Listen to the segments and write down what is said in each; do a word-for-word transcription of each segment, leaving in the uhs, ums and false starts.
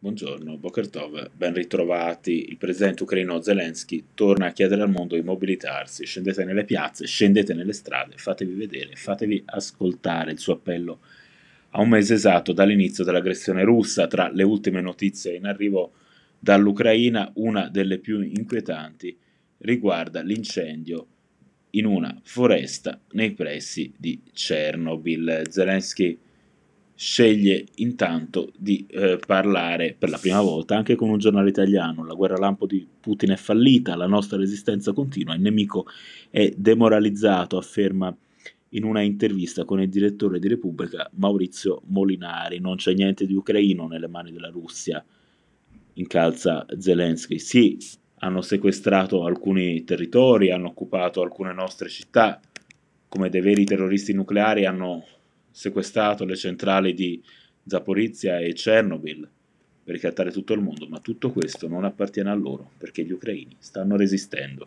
Buongiorno, Boker Tov, ben ritrovati. Il presidente ucraino Zelensky torna a chiedere al mondo di mobilitarsi. Scendete nelle piazze, scendete nelle strade, fatevi vedere, fatevi ascoltare il suo appello a un mese esatto dall'inizio dell'aggressione russa. Tra le ultime notizie in arrivo dall'Ucraina, una delle più inquietanti riguarda l'incendio in una foresta nei pressi di Chernobyl. Zelensky sceglie intanto di eh, parlare per la prima volta anche con un giornale italiano. La guerra lampo di Putin è fallita, la nostra resistenza continua, il nemico è demoralizzato, afferma in una intervista con il direttore di Repubblica Maurizio Molinari. Non c'è niente di ucraino nelle mani della Russia, incalza Zelensky. Sì, hanno sequestrato alcuni territori, hanno occupato alcune nostre città, come dei veri terroristi nucleari hanno sequestrato le centrali di Zaporizhia e Chernobyl per ricattare tutto il mondo, ma tutto questo non appartiene a loro, perché gli ucraini stanno resistendo.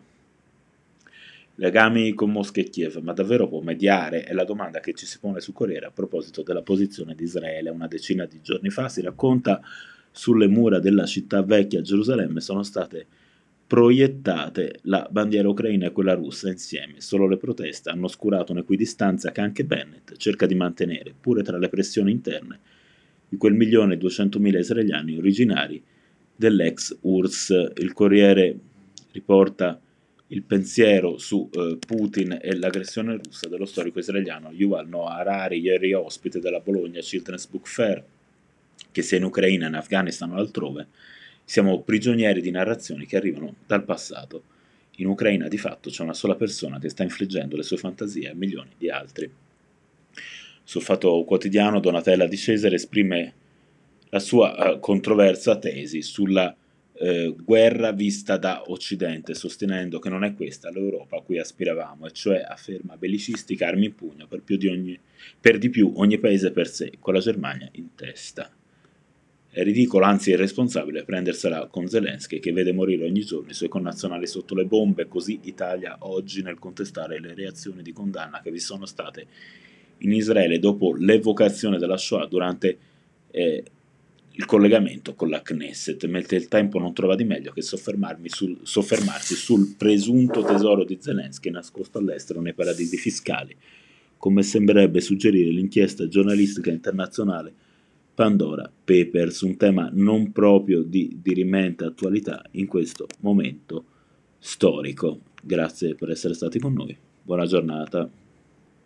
Legami con Mosca e Kiev, ma davvero può mediare? È la domanda che ci si pone su Corriere a proposito della posizione di Israele. Una decina di giorni fa si racconta sulle mura della città vecchia a Gerusalemme sono state proiettate la bandiera ucraina e quella russa insieme. Solo le proteste hanno oscurato un'equidistanza che anche Bennett cerca di mantenere, pure tra le pressioni interne di quel milione e duecentomila israeliani originari dell'ex U R S S. Il Corriere riporta il pensiero su eh, Putin e l'aggressione russa dello storico israeliano Yuval Noah Harari, ieri ospite della Bologna Children's Book Fair, che sia in Ucraina, in Afghanistan o altrove. Siamo prigionieri di narrazioni che arrivano dal passato. In Ucraina di fatto c'è una sola persona che sta infliggendo le sue fantasie a milioni di altri. Sul Fatto Quotidiano Donatella Di Cesare esprime la sua uh, controversa tesi sulla uh, guerra vista da Occidente, sostenendo che non è questa l'Europa a cui aspiravamo, e cioè, afferma, bellicistica, armi in pugno, per, più di ogni, per di più ogni paese per sé, con la Germania in testa. È ridicolo, anzi irresponsabile, prendersela con Zelensky, che vede morire ogni giorno i suoi connazionali sotto le bombe. Così Italia oggi, nel contestare le reazioni di condanna che vi sono state in Israele dopo l'evocazione della Shoah durante eh, il collegamento con la Knesset, mentre il tempo non trova di meglio che soffermarmi sul, soffermarsi sul presunto tesoro di Zelensky nascosto all'estero nei paradisi fiscali, come sembrerebbe suggerire l'inchiesta giornalistica internazionale Pandora Papers, un tema non proprio di dirimente attualità in questo momento storico. Grazie per essere stati con noi, buona giornata.